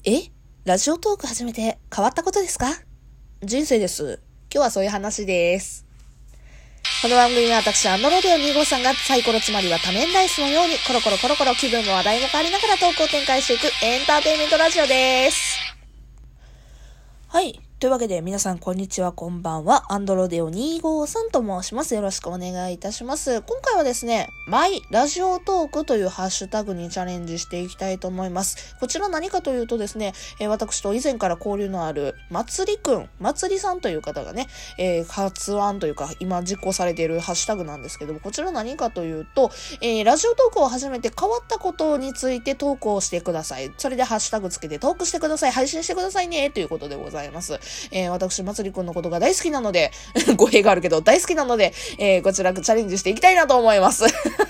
えラジオトーク始めて変わったことですか？人生です。今日はそういう話です。この番組は私、アンドロデオ253がサイコロつまりは多面ダイスのようにコロコロ気分も話題も変わりながらトークを展開していくエンターテインメントラジオです。はい。というわけで皆さんこんにちは、こんばんは。アンドロデオ253と申します。よろしくお願いいたします。今回はですね、マイラジオトークというハッシュタグにチャレンジしていきたいと思います。こちら何かというとですね、私と以前から交流のあるまつりさんという方がね、発案というか今実行されているハッシュタグなんですけども、こちら何かというと、ラジオトークを始めて変わったことについて投稿してください。それでハッシュタグつけてトークしてください。配信してくださいね。ということでございます。私、まつりくんのことが大好きなので、語弊があるけど大好きなので、こちらチャレンジしていきたいなと思います。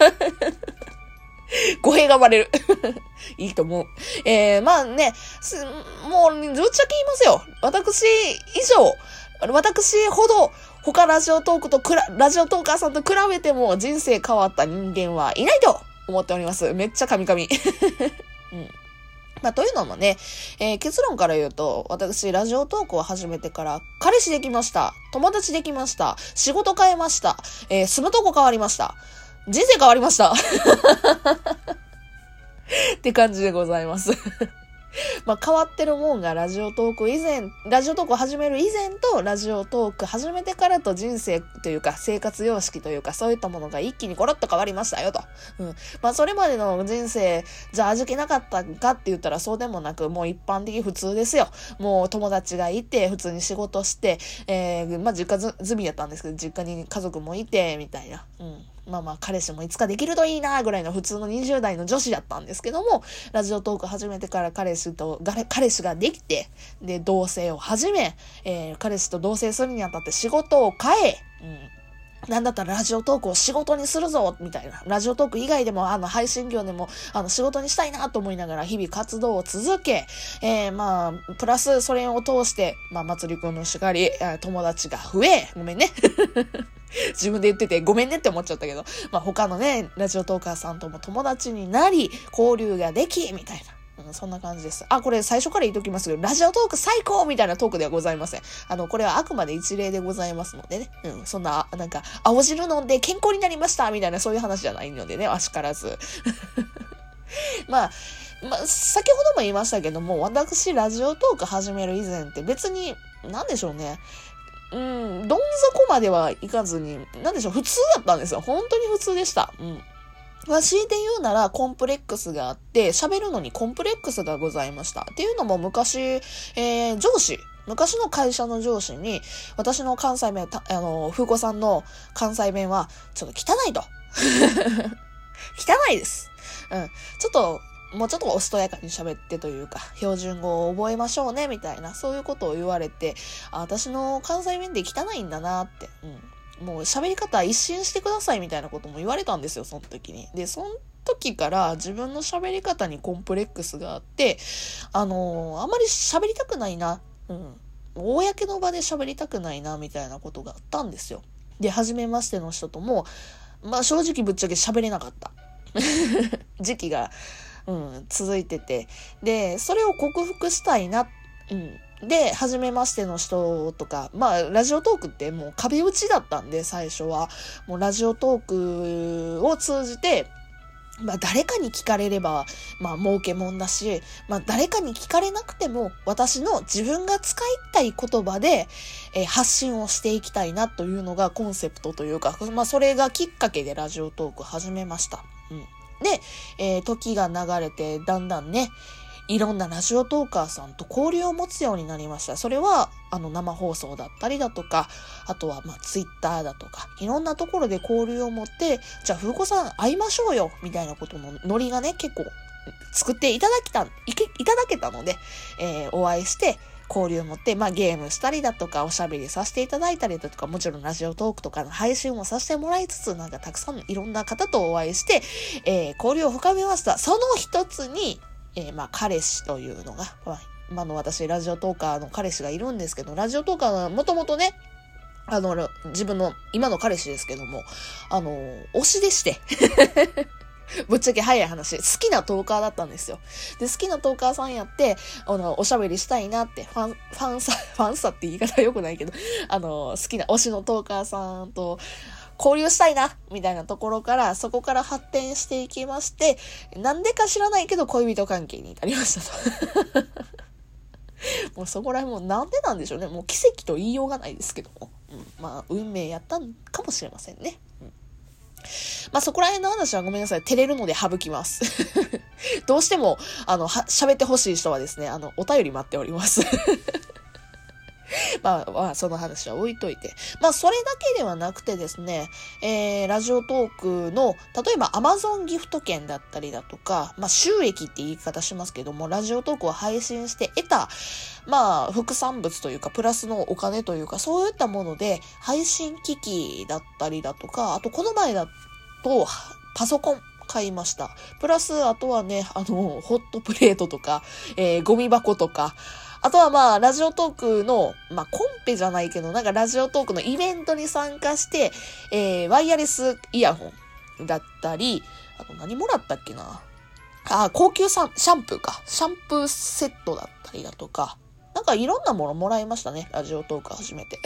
語弊がバレる。いいと思う。まあね、もう、ぶっちゃけ言いますよ。私ほど、他ラジオトーカーさんと比べても人生変わった人間はいないと思っております。めっちゃ神々。うんというのもね、結論から言うと、私、ラジオトークを始めてから、彼氏できました。友達できました。仕事変えました。住むとこ変わりました。人生変わりました。って感じでございます。変わってるもんがラジオトークを始める以前とラジオトーク始めてからと人生というか生活様式というかそういったものが一気にコロッと変わりましたよと。それまでの人生じゃ味気なかったかって言ったらそうでもなく、もう一般的普通ですよ。もう友達がいて普通に仕事して、実家済みやったんですけど実家に家族もいてみたいな。彼氏もいつかできるといいなぐらいの普通の20代の女子だったんですけども、ラジオトーク始めてから彼氏ができて、で、同棲を始め、彼氏と同棲するにあたって仕事を変え、なんだったらラジオトークを仕事にするぞみたいな。ラジオトーク以外でも配信業でも仕事にしたいなと思いながら日々活動を続け、プラスそれを通して、まつりくんのしかり、友達が増え、ごめんね。自分で言っててごめんねって思っちゃったけど、他のね、ラジオトーカーさんとも友達になり、交流ができ、みたいな。そんな感じです。これ最初から言っときますけど、ラジオトーク最高みたいなトークではございません。これはあくまで一例でございますのでね。そんな、青汁飲んで健康になりましたみたいなそういう話じゃないのでね、あしからず。先ほども言いましたけども、私、ラジオトーク始める以前って別に、なんでしょうね。どん底まではいかずに、なんでしょう、普通だったんですよ。本当に普通でした。強いて言うならコンプレックスがあって、喋るのにコンプレックスがございました。っていうのも昔の会社の上司に、私の関西弁、風子さんの関西弁は、ちょっと汚いと。汚いです。もうちょっとおしとやかに喋ってというか、標準語を覚えましょうね、みたいな、そういうことを言われて、私の関西弁で汚いんだなって、もう喋り方一新してくださいみたいなことも言われたんですよ、その時に。で、その時から自分の喋り方にコンプレックスがあって、あんまり喋りたくないな、公の場で喋りたくないな、みたいなことがあったんですよ。で、初めましての人とも、正直ぶっちゃけ喋れなかった。時期が、続いてて。で、それを克服したいな、で、初めましての人とか、ラジオトークってもう壁打ちだったんで、最初は。もうラジオトークを通じて、誰かに聞かれれば、儲けもんだし、誰かに聞かれなくても、私の自分が使いたい言葉で、発信をしていきたいなというのがコンセプトというか、それがきっかけでラジオトーク始めました。で、時が流れて、だんだんね、いろんなラジオトーカーさんと交流を持つようになりました。それは、生放送だったりだとか、あとは、ツイッターだとか、いろんなところで交流を持って、じゃあ、風子さん会いましょうよみたいなことのノリがね、結構、作っていただけたので、お会いして、交流を持って、ゲームしたりだとか、おしゃべりさせていただいたりだとか、もちろんラジオトークとかの配信をさせてもらいつつ、たくさんいろんな方とお会いして、交流を深めました。その一つに、彼氏というのが、私、ラジオトーカーの彼氏がいるんですけど、ラジオトーカーはもともとね、自分の今の彼氏ですけども、推しでして、 ぶっちゃけ早い話。好きなトーカーだったんですよ。で、好きなトーカーさんやって、おしゃべりしたいなって、ファンさって言い方は良くないけど、好きな推しのトーカーさんと交流したいな、みたいなところから、そこから発展していきまして、なんでか知らないけど恋人関係になりましたと。もうそこら辺もなんでなんでしょうね。もう奇跡と言いようがないですけども。まあ、運命やったんかもしれませんね。まあそこら辺の話はごめんなさい。照れるので省きます。どうしても、喋ってほしい人はですね、お便り待っております。まあ、その話は置いといて。まあ、それだけではなくてですね、ラジオトークの、例えば Amazon ギフト券だったりだとか、まあ、収益って言い方しますけども、ラジオトークを配信して得た、まあ、副産物というか、プラスのお金というか、そういったもので、配信機器だったりだとか、あと、この前だと、パソコン買いました。プラス、あとはね、ホットプレートとか、ゴミ箱とか、あとはまあ、ラジオトークの、まあ、コンペじゃないけど、なんかラジオトークのイベントに参加して、ワイヤレスイヤホンだったり、あと何もらったっけな。高級シャンプーか。シャンプーセットだったりだとか、なんかいろんなものもらいましたね。ラジオトーク始めて。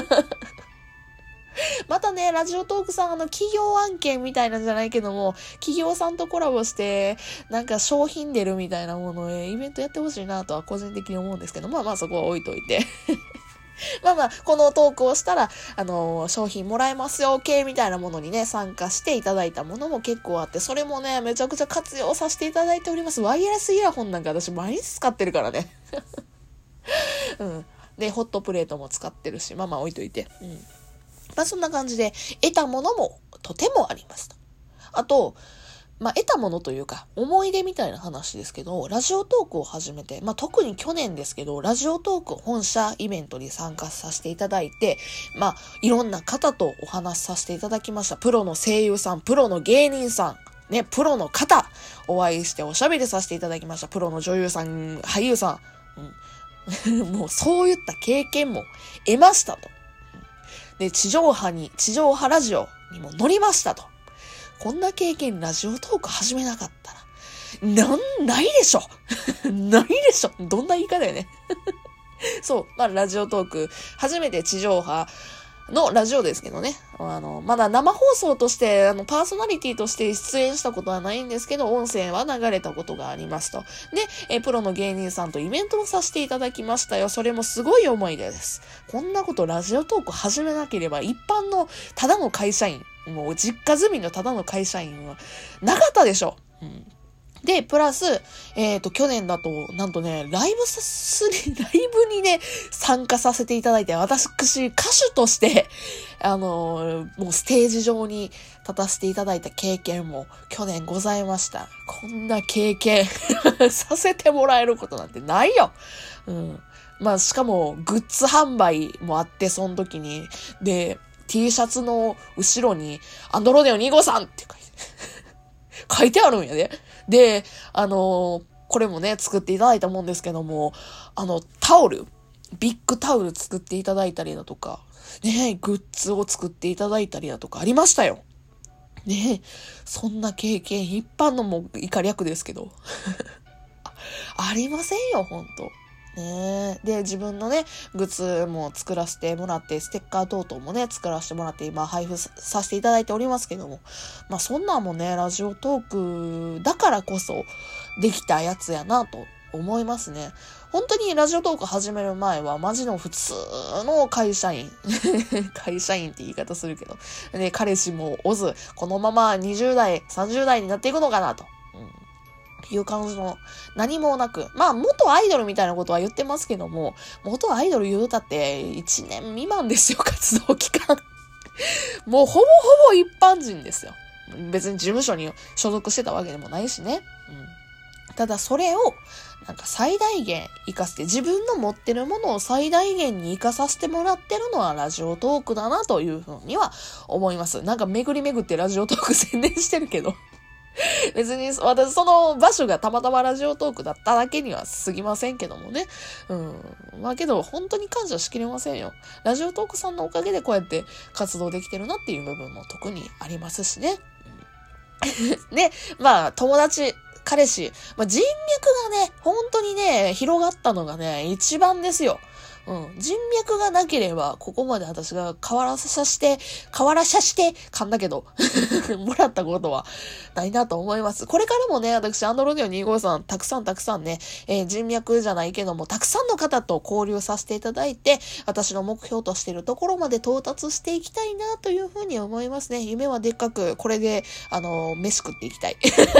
またね、ラジオトークさん企業案件みたいなんじゃないけども、企業さんとコラボして、なんか商品出るみたいなものへイベントやってほしいなとは個人的に思うんですけど、まあまあそこは置いといて。まあまあ、このトークをしたら、商品もらえますよ、系みたいなものにね、参加していただいたものも結構あって、それもね、めちゃくちゃ活用させていただいております。ワイヤレスイヤホンなんか私毎日使ってるからね。うん。で、ホットプレートも使ってるし、まあまあ置いといて。うん。まあそんな感じで得たものもとてもありました。あと、まあ得たものというか思い出みたいな話ですけど、ラジオトークを始めて、まあ特に去年ですけど、ラジオトーク本社イベントに参加させていただいて、まあいろんな方とお話しさせていただきました。プロの声優さん、プロの芸人さん、ね、プロの方、お会いしておしゃべりさせていただきました。プロの女優さん、俳優さん、もうそういった経験も得ましたと。で、地上波ラジオにも乗りましたと。こんな経験ラジオトーク始めなかったら、ないでしょないでしょどんな言い方よね。そう、まあラジオトーク、初めて地上波のラジオですけどね。まだ生放送として、パーソナリティとして出演したことはないんですけど、音声は流れたことがありますと。で、プロの芸人さんとイベントをさせていただきましたよ。それもすごい思い出です。こんなことラジオトーク始めなければ、一般のただの会社員、もう実家住みのただの会社員はなかったでしょ。うん。で、プラス、去年だと、なんとね、ライブにね、参加させていただいて、私、歌手として、もうステージ上に立たせていただいた経験も去年ございました。こんな経験させてもらえることなんてないよ。うん。まあ、しかも、グッズ販売もあって、その時に。で、T シャツの後ろに、アンドロデオ2号さんって書いてあるんやで。で、これもね、作っていただいたもんですけども、タオル、ビッグタオル作っていただいたりだとか、ね、グッズを作っていただいたりだとかありましたよ。ね、そんな経験、一般のも以下略ですけど。ありませんよ、ほんと。ねで、自分のね、グッズも作らせてもらって、ステッカー等々もね、作らせてもらって、今配布させていただいておりますけども、まあそんなんもね、ラジオトークだからこそできたやつやなと思いますね。本当にラジオトーク始める前はマジの普通の会社員。会社員って言い方するけど。で、彼氏もおず、このまま20代、30代になっていくのかなと。いう感じの何もなく、まあ元アイドルみたいなことは言ってますけども、元アイドル言うたって1年未満ですよ、活動期間。もうほぼほぼ一般人ですよ。別に事務所に所属してたわけでもないしね。ただそれをなんか最大限活かして、自分の持ってるものを最大限に活かさせてもらってるのはラジオトークだなというふうには思います。なんか巡り巡ってラジオトーク宣伝してるけど。別に私その場所がたまたまラジオトークだっただけには過ぎませんけどもね。まあけど本当に感謝しきれませんよ。ラジオトークさんのおかげでこうやって活動できてるなっていう部分も特にありますしね。 ね、まあ、友達、彼氏、まあ、人脈がね、本当にね、広がったのがね、一番ですよ。人脈がなければ、ここまで私が変わらさして、噛んだけど、もらったことはないなと思います。これからもね、私、アンドロデオ253、たくさんね、人脈じゃないけども、たくさんの方と交流させていただいて、私の目標としているところまで到達していきたいなというふうに思いますね。夢はでっかく、これで、飯食っていきたい。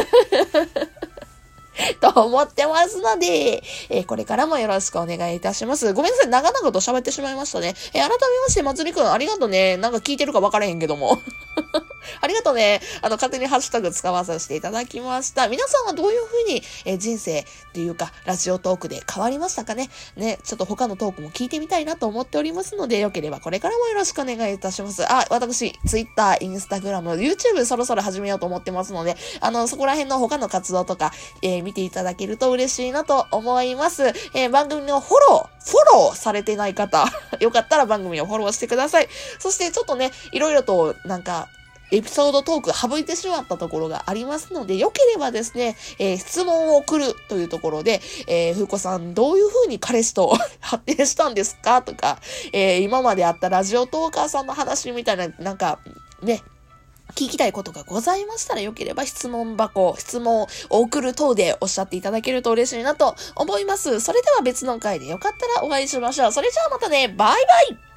と思ってますので、これからもよろしくお願いいたします。ごめんなさい、長々と喋ってしまいましたね。改めまして、まつりくん、ありがとうね。なんか聞いてるか分からへんけども。ありがとうね。勝手にハッシュタグ使わさせていただきました。皆さんはどういうふうに、人生っていうか、ラジオトークで変わりましたかね。ね、ちょっと他のトークも聞いてみたいなと思っておりますので、よければこれからもよろしくお願いいたします。私、Twitter、Instagram、YouTube そろそろ始めようと思ってますので、そこら辺の他の活動とか、見ていただけると嬉しいなと思います。番組のフォローされてない方、よかったら番組をフォローしてください。そしてちょっとね、いろいろとなんか、エピソードトーク省いてしまったところがありますので、よければですね、質問を送るというところで、ふうこさんどういう風に彼氏と発展したんですかとか、今まであったラジオトーカーさんの話みたいな、なんか、ね、聞きたいことがございましたら、よければ質問を送る等でおっしゃっていただけると嬉しいなと思います。それでは別の回でよかったらお会いしましょう。それじゃあまたね、バイバイ。